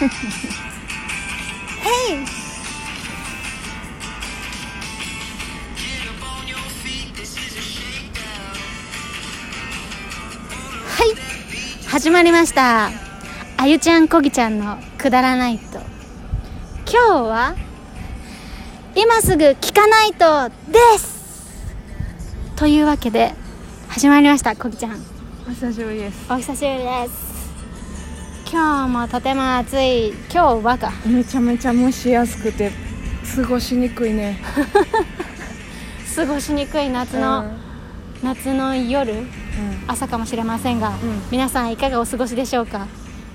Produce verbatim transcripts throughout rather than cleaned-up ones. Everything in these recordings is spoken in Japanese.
Hey! はい、始まりました。あゆちゃんこぎちゃんのくだらないと。今日は今すぐ聞かないとですというわけで始まりました。こぎちゃん、 お久しぶりです。 お久しぶりです。今日もとても暑い。今日はかめちゃめちゃ蒸しやすくて過ごしにくいね過ごしにくい夏の、うん、夏の夜、うん、朝かもしれませんが、うん、皆さんいかがお過ごしでしょうか。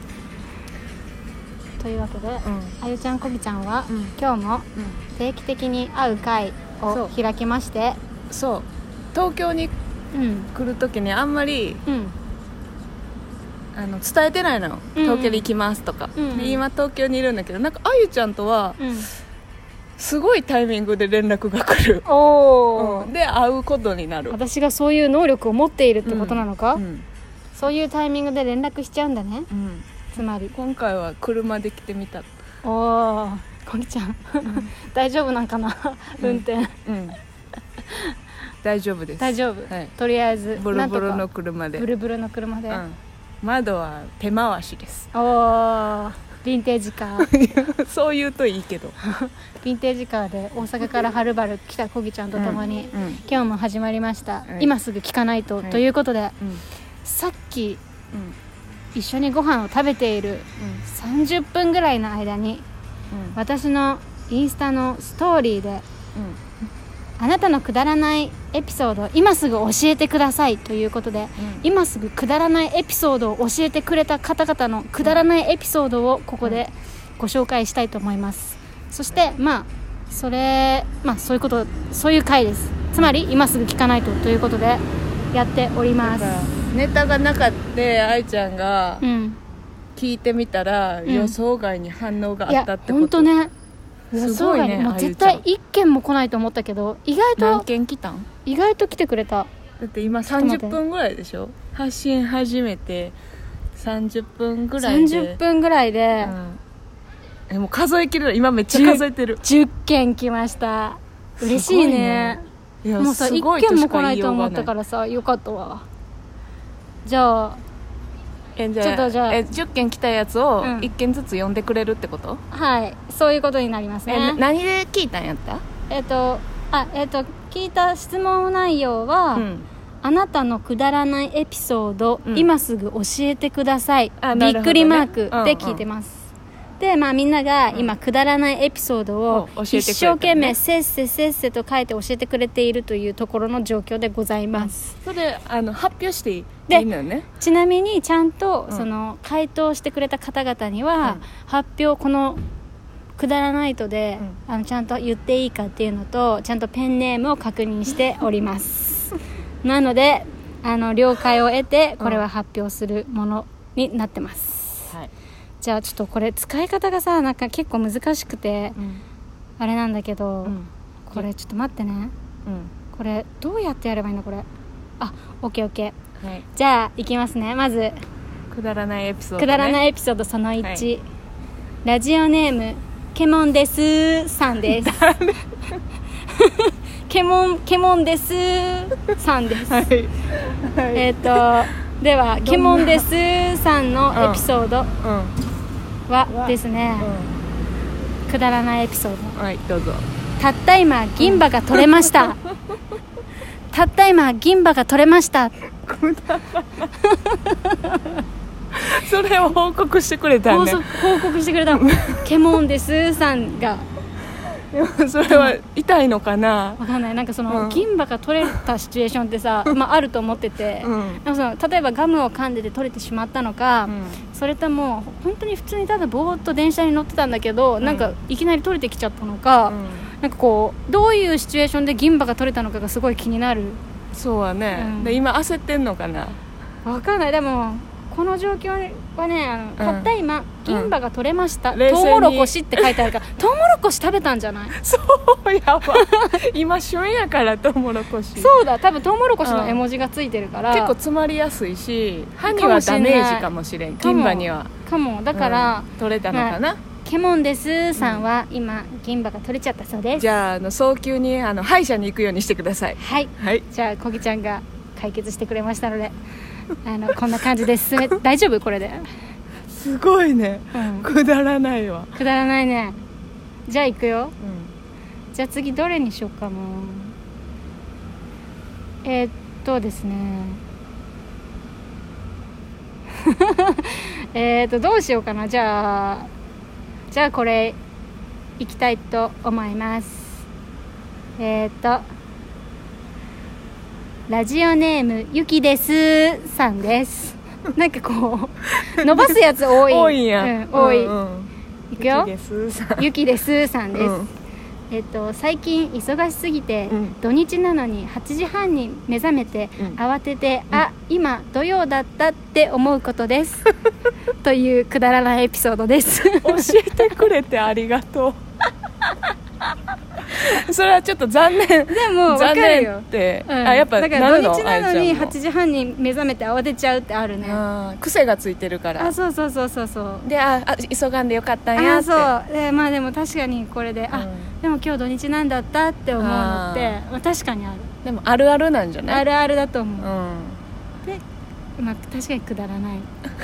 というわけで、うん、あゆちゃんこぎちゃんは、うん、今日も定期的に会う会を開きまして、 そう、そう東京に来るときにあんまり、うん、あの伝えてないの、うん、東京に行きますとか、うん、で今東京にいるんだけど、なんかあゆちゃんとは、うん、すごいタイミングで連絡が来る。お、うん、で会うことになる。 私がそういう能力を持っているってことなのか、うんうん、そういうタイミングで連絡しちゃうんだね、うん、つまり今回は車で来てみた。 おー、こんちゃん、うん、大丈夫なんかな運転、うんうん、 大丈夫です。 大丈夫、はい、とりあえずブルブルの車でブルブルの車で、うん、 窓は手回しです。 おー、ヴィンテージカーそう言うといいけどヴィンテージカーで大阪からはるばる来たこぎちゃんとともに、うんうん、今日も始まりました、はい、今すぐ聞かないと、はい、ということで、うん、さっき、うん、一緒にご飯を食べているさんじゅっぷんぐらいの間に、うん、私のインスタのストーリーで、うん、あなたのくだらないエピソードを今すぐ教えてくださいということで、うん、今すぐくだらないエピソードを教えてくれた方々のくだらないエピソードをここでご紹介したいと思います。そしてまあそれまあそういうことそういう回です。つまり今すぐ聞かないとということでやっております。 ネタがなかった愛ちゃんが聞いてみたら、うん、予想外に反応があったってこと。 いや本当ね、すごいね。もう絶対一件も来ないと思ったけど、意外と何件来たん？ 意外と来てくれた。 だって今さんじゅっぷんぐらいでしょ、発信始めてさんじゅっぷんぐらいでさんじゅっぷんぐらいで、うん、 えもう数えきれる。今めっちゃ数えてる。 じゅっけん来ました。嬉しいね。いやもうさいっけんも来ないと思ったからさ、よかったわ。じゃあえじゃあちょっとじゃあえじゅっけん来たやつをいっけんずつ読んでくれるってこと？ うん、はい、そういうことになりますね。 え何で聞いたんやった？ えっとあえっと聞いた質問内容は、うん、あなたのくだらないエピソード、うん、今すぐ教えてください、ね、びっくりマークで聞いてます。うんうん、でまあみんなが今、うん、くだらないエピソードを一生懸命せっせせっせと書いて教えてくれているというところの状況でございます。 うん、それあの発表していい？でいいのよね。 ちなみにちゃんと、うん、その回答してくれた方々には、うん、発表このくだらないとで、うん、あのちゃんと言っていいかっていうのとちゃんとペンネームを確認しておりますなのであの了解を得てこれは発表するものになってます。はい、じゃあちょっとこれ使い方がさなんか結構難しくて、うん、あれなんだけど、うん、これちょっと待ってね、うん、これどうやってやればいいのこれ。あ、オッケーオッケー、はい、じゃあいきますね。まずくだらないエピソード、ね、 くだらないエピソードそのいち、はい、ラジオネームケモンですさんですケモンケモンですさんです、はいはい、えっ、ー、とではケモンですさんのエピソードはですね、うんうん、くだらないエピソード、 はい、どうぞ。 たった今銀歯が取れましたたった今銀歯が取れましたそれを報告してくれたんね。 報告してくれたケモンですさんが。 でもそれは痛いのかな、 分かんない。なんかその、うん、銀歯が取れたシチュエーションってさ、まあ、あると思ってて、うん、なんかその例えばガムを噛んでて取れてしまったのか、うん、それとも本当に普通にただぼーっと電車に乗ってたんだけど、うん、なんかいきなり取れてきちゃったのか、うん、なんかこうどういうシチュエーションで銀歯が取れたのかがすごい気になる。 そうはね、うん、で今焦ってんのかな、 分かんない。でもこの状況はね、あの、うん、たった今銀歯が取れました、うん、トウモロコシって書いてあるからトウモロコシ食べたんじゃない？ そうやば今旬やからトウモロコシ。 そうだ、多分トウモロコシの絵文字がついてるから、 うん、結構詰まりやすいし歯にはダメージかもしれん。銀歯にはかもだから、 うん、取れたのかな、まあ、 ケモンですさんは今銀歯が取れちゃったそうです。 じゃあ、あの早急にあの歯医者に行くようにしてください。 はい、 はい、 じゃあこぎちゃんが解決してくれましたのであのこんな感じで進め大丈夫これですごいね、うん、くだらないわ。 くだらないね。じゃあ行くよ、うん、じゃあ次どれにしようかな。えー、っとですねえっとどうしようかな。じゃあじゃあこれいきたいと思います。えっとラジオネームゆきですさんです。なんかこう伸ばすやつ多い多いんや、 うん、多い、 うんうん、 いくよ。ゆきですさんです、 うん、 えっと、最近忙しすぎて、 うん、 土日なのにはちじはんに目覚めて、うん、慌てて、うん、あ、今土曜だったって思うことですというくだらないエピソードです教えてくれてありがとうそれはちょっと残念。でも分かるよって、うん、あやっぱだから土日なのにはちじはんに目覚めて慌てちゃうってあるね。 あ癖がついてるから。 あそうそうそうそうそうでああ急がんでよかったんやって。 あそうで、まあ、でも確かにこれで、うん、あでも今日土日なんだったって思うのって、まあ、確かにある。 でもあるあるなんじゃない。 あるあるだと思う、うん、で、まあ、確かにくだらない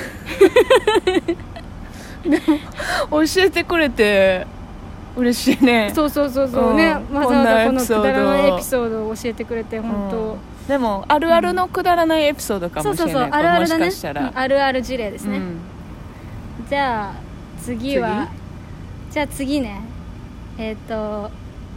でも教えてくれて嬉しいね。 そうそうそうそう、うん、ね、わざわざこのくだらないエピソードを教えてくれて本当、うん、 でもあるあるのくだらないエピソードかもしれない、うん、そうそうそうあるあるだね。もしかしたら、 うん、あるある事例ですね、うん、じゃあ次は次じゃあ次ねえっ、ー、と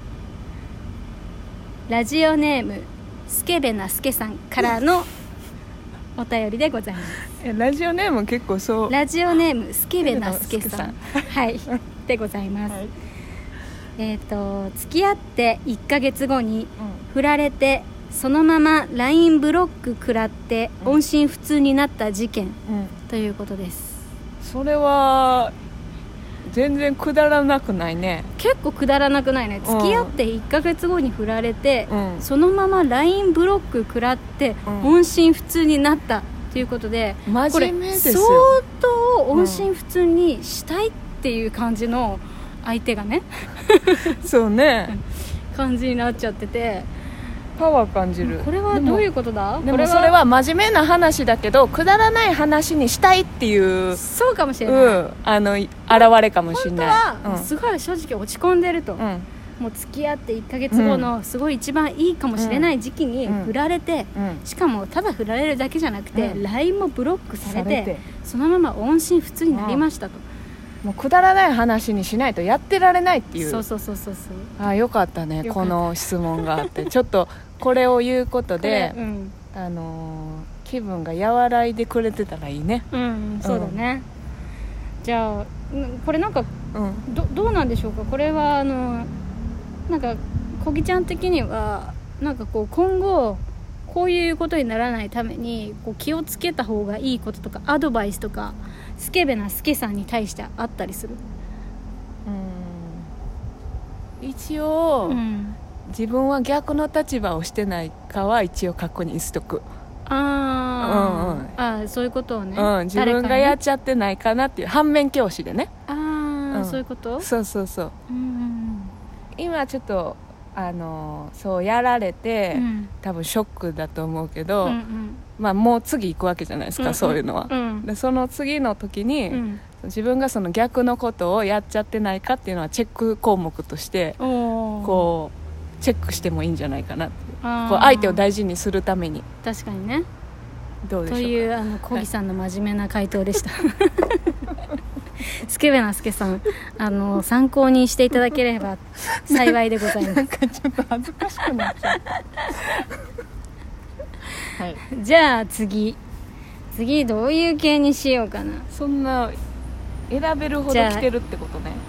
ラジオネームスケベなスケさんからのお便りでございますえラジオネーム結構そう。 ラジオネームスケベなスケさんはいでございます、はい、えーと付き合っていっかげつごに振られて、うん、そのまま ライン ブロック食らって音信不通になった事件、うん、ということです。 それは全然くだらなくないね。 結構くだらなくないね。付き合っていっかげつごに振られて、うん、そのまま ライン ブロック食らって、うん、音信不通になったということで、 真面目ですよ。 これ相当音信不通にしたいっていう感じの相手がねそうね感じになっちゃっててパワー感じる。 これはどういうことだ。 でもそれは真面目な話だけどくだらない話にしたいっていうそうかもしれない、うん、 あの現れかもしれない。 本当はすごい正直落ち込んでると、うん、もう付き合っていっかげつごのすごい一番いいかもしれない時期に振られて、うんうん、しかもただ振られるだけじゃなくて、うん、ライン もブロックされ て, されてそのまま音信不通になりましたと、 もうくだらない話にしないとやってられないっていう。 そうそうそうそうそう。 あよかったねこの質問があってちょっとこれを言うことで、うん、あのー、気分が和らいでくれてたらいいね。 うん、うん、そうだね、うん、じゃあこれなんか、うん、ど, どうなんでしょうか。これはあのなんかこぎちゃん的にはなんかこう今後こういうことにならないためにこう気をつけた方がいいこととかアドバイスとかスケベなスケさんに対してあったりする。 うん、一応、うん、自分は逆の立場をしてないかは一応確認しとく。 あ、うんうん、あそういうことをね、 うん、自分がやっちゃってないかなっていう反面教師でね。 あ、うん、そういうこと。 そうそうそう、うん、今ちょっとあのそうやられて、うん、多分ショックだと思うけど、うんうん、まあ、もう次行くわけじゃないですか、うんうん、そういうのは、うん、でその次の時に、うん、自分がその逆のことをやっちゃってないかっていうのはチェック項目としてこうチェックしてもいいんじゃないかなっていう、こう相手を大事にするために。 確かにね。 どうでしょうか。 というあの小木さんの真面目な回答でした、はいスケベなスケさんあの参考にしていただければ幸いでございます。 なんかちょっと恥ずかしくなっちゃった、はい、 じゃあ次次どういう系にしようかな。 そんな選べるほど来てるってことね。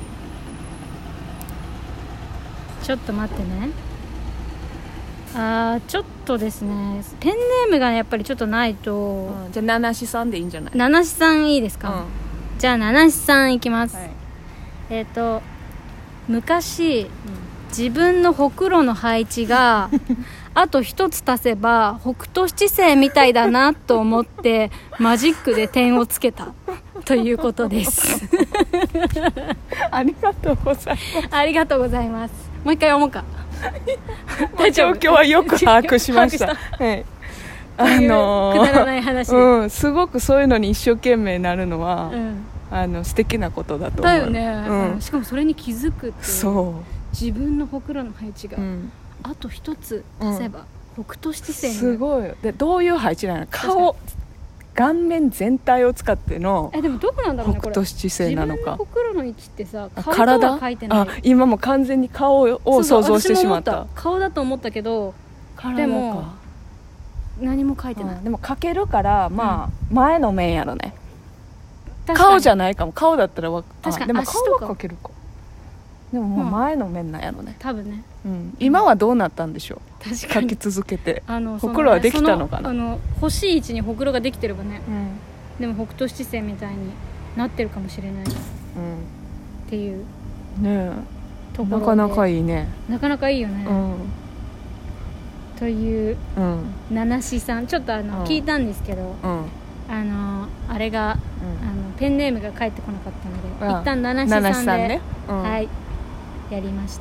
ちょっと待ってね。あーちょっとですねペンネームがやっぱりちょっとないと、 うん、じゃあ七志さんでいいんじゃない。 七志さんいいですか、うん、じゃあ七志さんいきます、はい、えっ、ー、と昔、うん、自分のほくろの配置があと一つ足せば北斗七星みたいだなと思ってマジックで点をつけたということですありがとうございますありがとうございます。もう一回読もうか状況はよく把握しましたはい、 あのー、くだらない話、 うん、すごくそういうのに一生懸命なるのは、 うん、 あの素敵なことだと思う。 だよね、 うん、 しかもそれに気づくって、 そう自分のほくろの配置が、うん、あと一つ足せば、うん、北斗七星にすごい。でどういう配置なの？顔顔面全体を使ってのえでもどこなんだろうね、 北斗七星なのか。 自分のほくろの位置ってさ、顔とは書いてない。 あ、今も完全に顔を想像してしまった。 そうそう、私も思った。顔だと思ったけど、でも何も書いてない、 うん、でも描けるから、まあ、うん、前の面やろね。顔じゃないかも。顔だったらわ確かに。 でも顔は描けるか。でももう前の面なんやろね、 多分ね、 うん、今はどうなったんでしょう。 確かに描き続けてあのほくろはできたのかな。 あの欲しい位置にほくろができてればね、 うん、 でも北斗七星みたいになってるかもしれない、うん、っていうねところで、 なかなかいいね。 なかなかいいよね、うん、という、うん、七志さんちょっとあの、うん、聞いたんですけど、うん、あのあれが、うん、あのペンネームが返ってこなかったので、うん、一旦七志さんで、さんね、うん、はいやりました。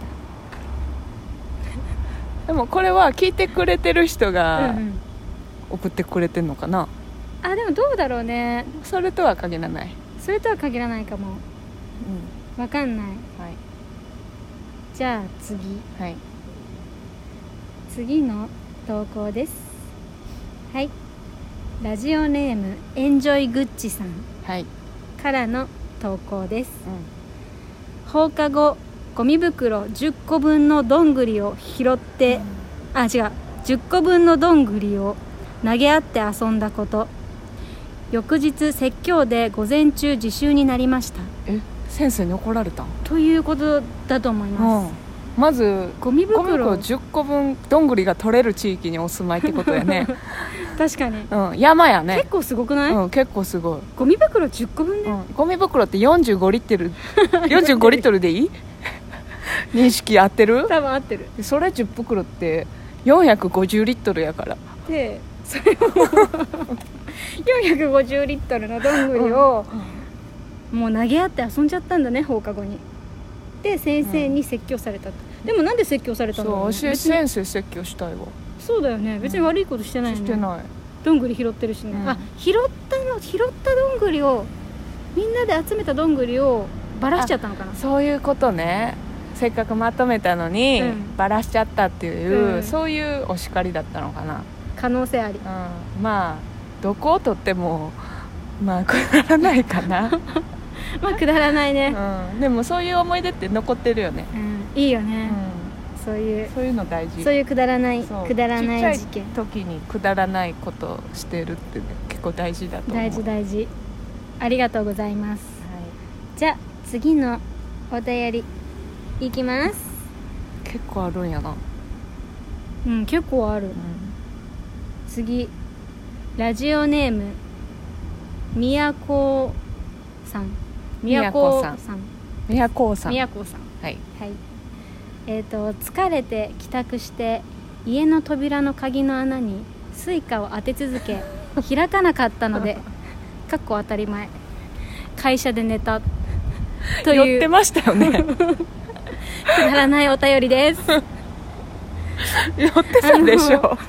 でもこれは聞いてくれてる人が送ってくれてんのかな、 うんうん、あでもどうだろうね。 それとは限らない。 それとは限らないかも、うん、わかんない、はい、じゃあ次、はい、次の投稿です。はい、ラジオネームエンジョイグッチさん、はい、からの投稿です、うん、放課後ゴミ袋じゅっこぶんのどんぐりを拾って、うん、あ違うじゅっこぶんのどんぐりを投げ合って遊んだこと。翌日説教で午前中自習になりました。 え先生に怒られたということだと思います、 うん、まずゴミ袋じゅっこぶんどんぐりが取れる地域にお住まいってことやね確かに、 うん、山やね。 結構すごくない？ うん、結構すごい。 ゴミ袋じゅっこぶんで、うん、 ゴミ袋ってよんじゅうごリットルよんじゅうごリットルでいい認識合ってる？ 多分合ってる。 それじゅっぷくろってよんひゃくごじゅうリットルやから。 でそれをよんひゃくごじゅうリットルのどんぐりを、うん、もう投げ合って遊んじゃったんだね、放課後に。で先生に説教された、うん、でもなんで説教されたの？ そう、先生説教したいわ。 そうだよね、別に悪いことしてないよね、うん、 してない。 どんぐり拾ってるしね、うん、あ拾ったの拾ったどんぐりをみんなで集めたどんぐりをばらしちゃったのかな。 そういうことね。せっかくまとめたのに、うん、ばらしちゃったっていう、うん、そういうお叱りだったのかな。 可能性あり、 うん、まあどこをとってもまあくだらないかなまあくだらないね、 うん、でもそういう思い出って残ってるよね、 うん、いいよね、うん、そういうそういうの大事。 そういうくだらないくだらない事件、 ちっちゃい時にくだらないことをしてるって、ね、結構大事だと思う。 大事大事。ありがとうございます、はい、じゃあ次のお便りいきます。 結構あるんやな。 うん結構ある、うん、次ラジオネームみやこさんみやこさんみやこさんみやこさんはい、 はい、えーと疲れて帰宅して家の扉の鍵の穴にスイカを当て続け開かなかったのでかっこ当たり前会社で寝たという寄ってましたよねくだらないお便りです寄ってたでしょど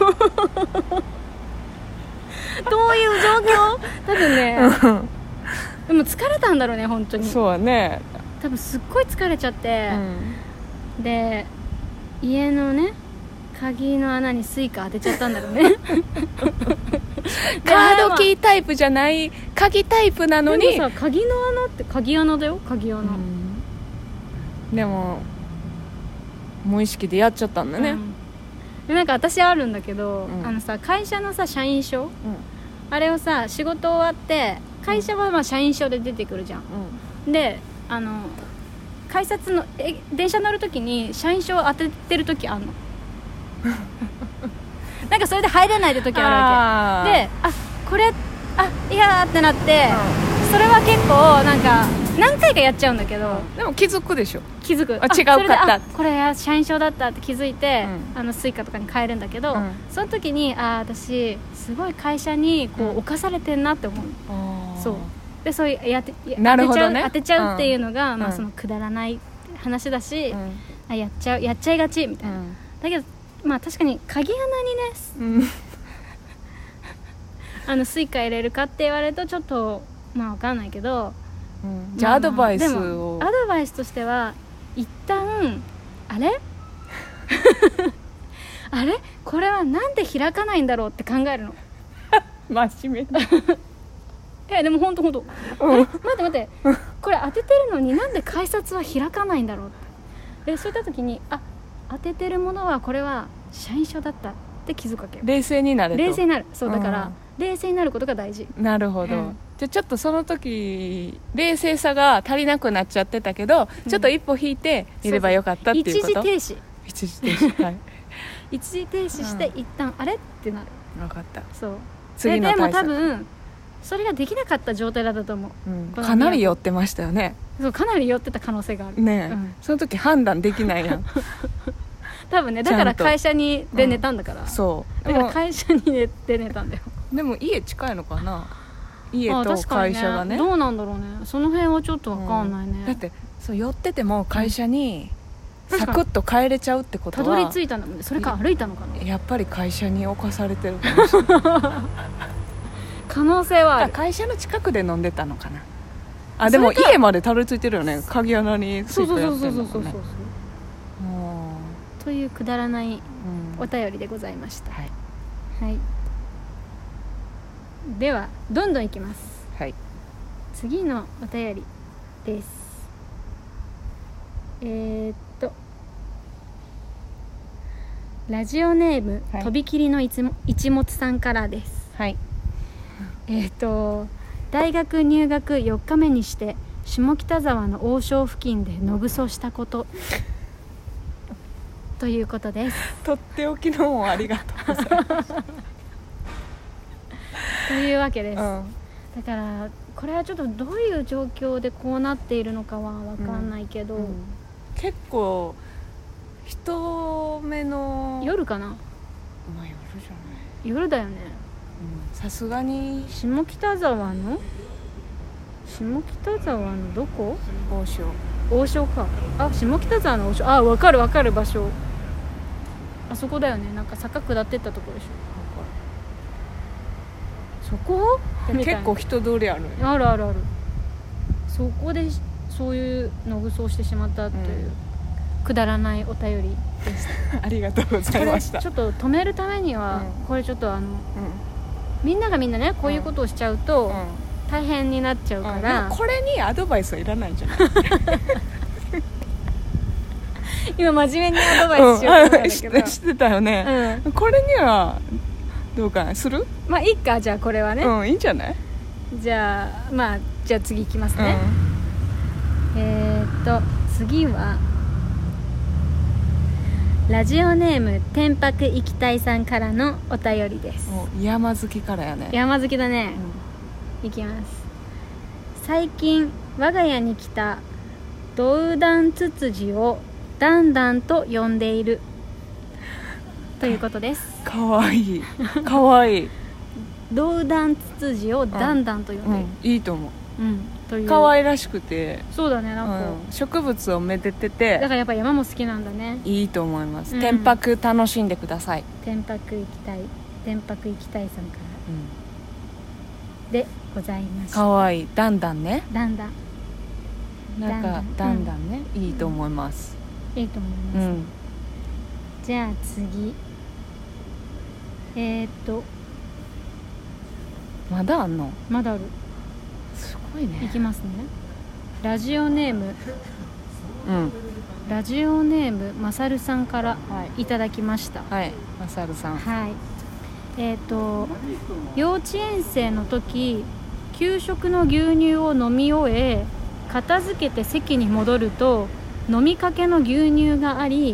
ういう状況多分ねでも疲れたんだろうね本当に。 そうね、 多分すっごい疲れちゃって、うん、で家のね鍵の穴にスイカ当てちゃったんだろうねカードキータイプじゃない鍵タイプなのに。 でもさ鍵の穴って鍵穴だよ鍵穴、うん、 でも無意識でやっちゃったんだね、うん、 でなんか私あるんだけど、うん、あのさ会社のさ社員証、うん、あれをさ仕事終わって会社はまあ社員証で出てくるじゃん、うん、であの改札のえ電車乗るときに社員証を当ててるときあんのなんかそれで入れないで時あるわけで、あこれあいやーってなって、うん、それは結構なんか何回かやっちゃうんだけど、 うん、でも気づくでしょ。 気づく。 あ違うかった、 これ社員証だったって気づいて、うん、あのスイカとかに変えるんだけど、うん、その時にあ私すごい会社にこう、うん、侵されてんなって思う、そうでそういうやってなるほど、ね、 当てちゃう、当てちゃうっていうのが、 うん、 まあ、そのくだらない話だし、 うん、 あやっちゃうやっちゃいがちみたいな、うん、だけどまあ確かに鍵穴にね、うん、あのスイカ入れるかって言われるとちょっとまあ分かんないけど、 うん、じゃあアドバイスを、まあ、でもアドバイスとしては一旦あれあれこれはなんで開かないんだろうって考えるの真面目だえでもほんとほんと、うん、待って待ってこれ当ててるのになんで改札は開かないんだろうってでそういった時にあ当ててるものはこれは社員証だったって気づくわけよ。 冷静になると冷静になるそうだから、うん、冷静になることが大事。 なるほど、うん、じゃあちょっとその時冷静さが足りなくなっちゃってたけど、うん、ちょっと一歩引いていればよかったっていうこと。 そうそう一時停止一時停止はい一時停止して一旦、うん、あれってなる。 分かった。 そう次の対策。 でも多分それができなかった状態だったと思う、 うん、かなり酔ってましたよね。 そうかなり酔ってた可能性があるねえ、うん、その時判断できないやん多分ねだから会社にで寝たんだから、うん、 そうだから会社に寝て寝たんだよ。 でも家近いのかな家と会社が ね, ねどうなんだろうねその辺はちょっと分かんないね、うん、 だってそう寄ってても会社にサクッと帰れちゃうってことはたどり着いたんだもんね。それか歩いたのかな。 やっぱり会社に侵されてるかもしれない可能性はある。 会社の近くで飲んでたのかなあでも家までたどり着いてるよね鍵穴についてやってるのかね。 というくだらないお便りでございました、うんはいはい、ではどんどんいきます、 はい、 次のお便りです。えー、っとラジオネーム、はい、とびきりの一物さんからです、 はい、 えー、っと大学入学よっかめにして下北沢の王将付近で野ぐそしたことということです。 とっておきのもありがとうございますというわけです、うん、だからこれはちょっとどういう状況でこうなっているのかは分かんないけど、うんうん、 結構人目の夜かな、まあ、夜じゃない夜だよね。 さすがに下北沢の下北沢のどこ王将王将かあ下北沢の王将あ分かる分かる場所あそこだよね。なんか坂下ってったところでしょ。そこ結構人通りある。 あるあるある。そこでそういうのぐそをしてしまったという、うん、くだらないお便りでしたありがとうございました。 これちょっと止めるためには、うん、これちょっとあの、うん、みんながみんなねこういうことをしちゃうと、うん、大変になっちゃうから、 うん、これにアドバイスはいらないんじゃない今真面目にアドバイスしようと思ったんだけど、 うん、してたよね、うん、これにはどうかなする？ まあいいかじゃあこれはねうんいいんじゃない？ じゃあまあじゃあ次いきますね、うん、えー、っと次はラジオネーム天白行きたいさんからのお便りです。 山好きからやね。 山好きだね、うん、いきます。最近我が家に来たドウダンツツジをダンダンと呼んでいるということです。 かわいいかわいいドウダンツツジをダンダンと呼んでいる、うんうん、いいと思う、 うん、という可愛らしくてそうだねなんか、うん、 植物をめでててだからやっぱ山も好きなんだね。 いいと思います、うん、天白楽しんでください。 天白行きたい天白行きたいさんから、うん、でございます。 かわいいダンダンねダンダンなんかだんだんね、うん、いいと思います、 うん、いいと思います、うん、じゃあ次えー、っとまだあんの？ まだある。 すごいね。 いきますね。ラジオネームうんラジオネームまさるさんからいただきました。 はいまさるさん。 はいえー、っと幼稚園生の時給食の牛乳を飲み終え片付けて席に戻ると飲みかけの牛乳があり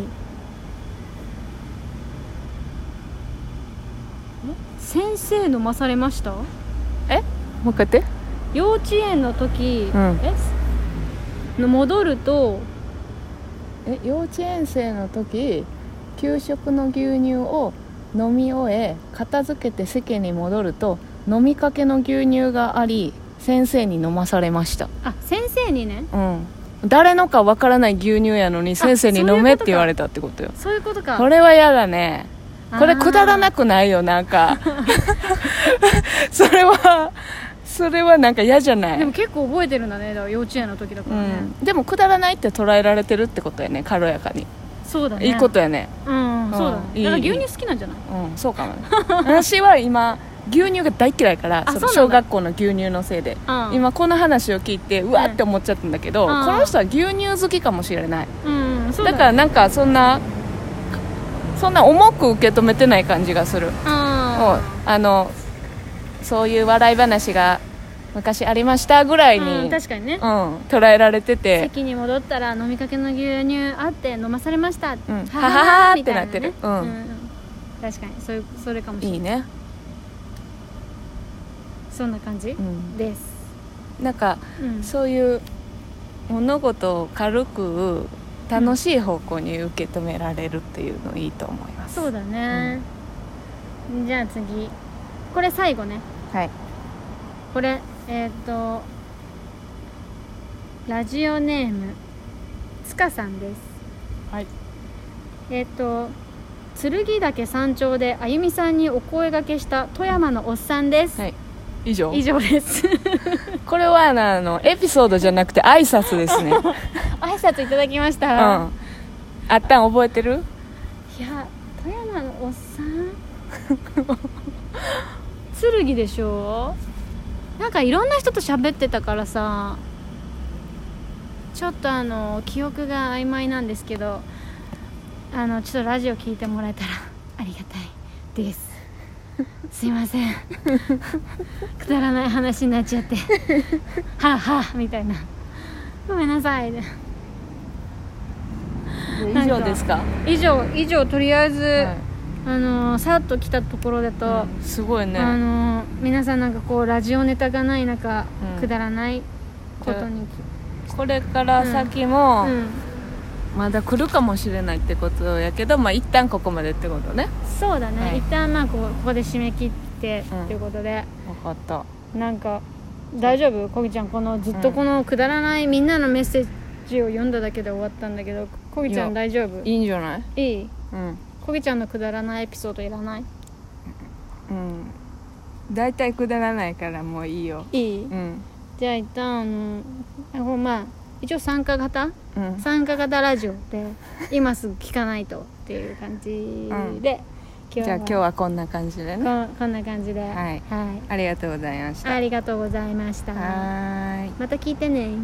先生飲まされました。 えもう一回言って。 幼稚園の時、うん、えの戻るとえ幼稚園生の時給食の牛乳を飲み終え片付けて席に戻ると飲みかけの牛乳があり先生に飲まされました。 あ、先生にね。 うん、誰のかわからない牛乳やのに先生に飲めって言われたってことよ。 そういうことか。 これは嫌だね。これくだらなくないよ、なんかそれはそれはなんか嫌じゃない。 でも結構覚えてるんだね。だから幼稚園の時だからね、 うん、でもくだらないって捉えられてるってことやね、軽やかに。 そうだね、 いいことやね。 うん、うん、そうだね。 いい、 だから牛乳好きなんじゃない？ うん、そうかもね私は今牛乳が大嫌いから、その小学校の牛乳のせいで、うん、今この話を聞いてうわって思っちゃったんだけど、うん、この人は牛乳好きかもしれない、うん、そうだね。だからなんかそんなそんな重く受け止めてない感じがする、うん、あのそういう笑い話が昔ありましたぐらいに、 うん、確かにね、 うん、捉えられてて、 席に戻ったら飲みかけの牛乳あって飲まされました、うん、 はははーってなってる、うん、うん、 確かにそういうそれかもしれない。 いいね。 そんな感じ、うん、です。 なんか、うん、そういう物事を軽く楽しい方向に受け止められるっていうのいいと思います、 うん、そうだね、うん、じゃあ次これ最後ね。 はい。 これえっ、ー、とラジオネームつかさんです。 はい。 えっ、ー、と剣岳山頂であゆみさんにお声掛けした富山のおっさんです。 はい。以上以上ですこれはあのエピソードじゃなくて挨拶ですね挨拶いただきました、 うん、あったん覚えてる？ いや富山のおっさん剣でしょ。なんかいろんな人と喋ってたからさ、ちょっとあの記憶が曖昧なんですけど、あのちょっとラジオ聞いてもらえたらありがたいですすいませんくだらない話になっちゃってはあはあみたいな、ごめんなさい。 以上ですか？ 以上以上とりあえず、はい、あのさっと来たところだと、 うん、すごいね。 あの皆さんなんかこうラジオネタがない中、うん、くだらないことにこれから先も、うんうん、まだ来るかもしれないってことやけど、まあ一旦ここまでってことね。 そうだね、はい、一旦まあここ、ここで締め切ってっていうことで、 うん、分かった。なんか大丈夫？こぎちゃんこのずっとこのくだらないみんなのメッセージを読んだだけで終わったんだけど、こぎちゃん大丈夫？ いいんじゃない？ いい？うん。こぎちゃんのくだらないエピソードいらない？ うん、だいたいくだらないからもういいよ。 いい？うん。じゃあ一旦あのまあ一応参加型、うん、参加型ラジオで今すぐ聞かないとっていう感じで、うん、 今日じゃあ今日はこんな感じでね。 こ, こんな感じで、はい、 はい、ありがとうございました。 ありがとうございました。 はい、 また聞いてね。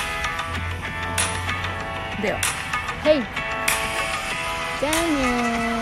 では、 はい、じゃあねー。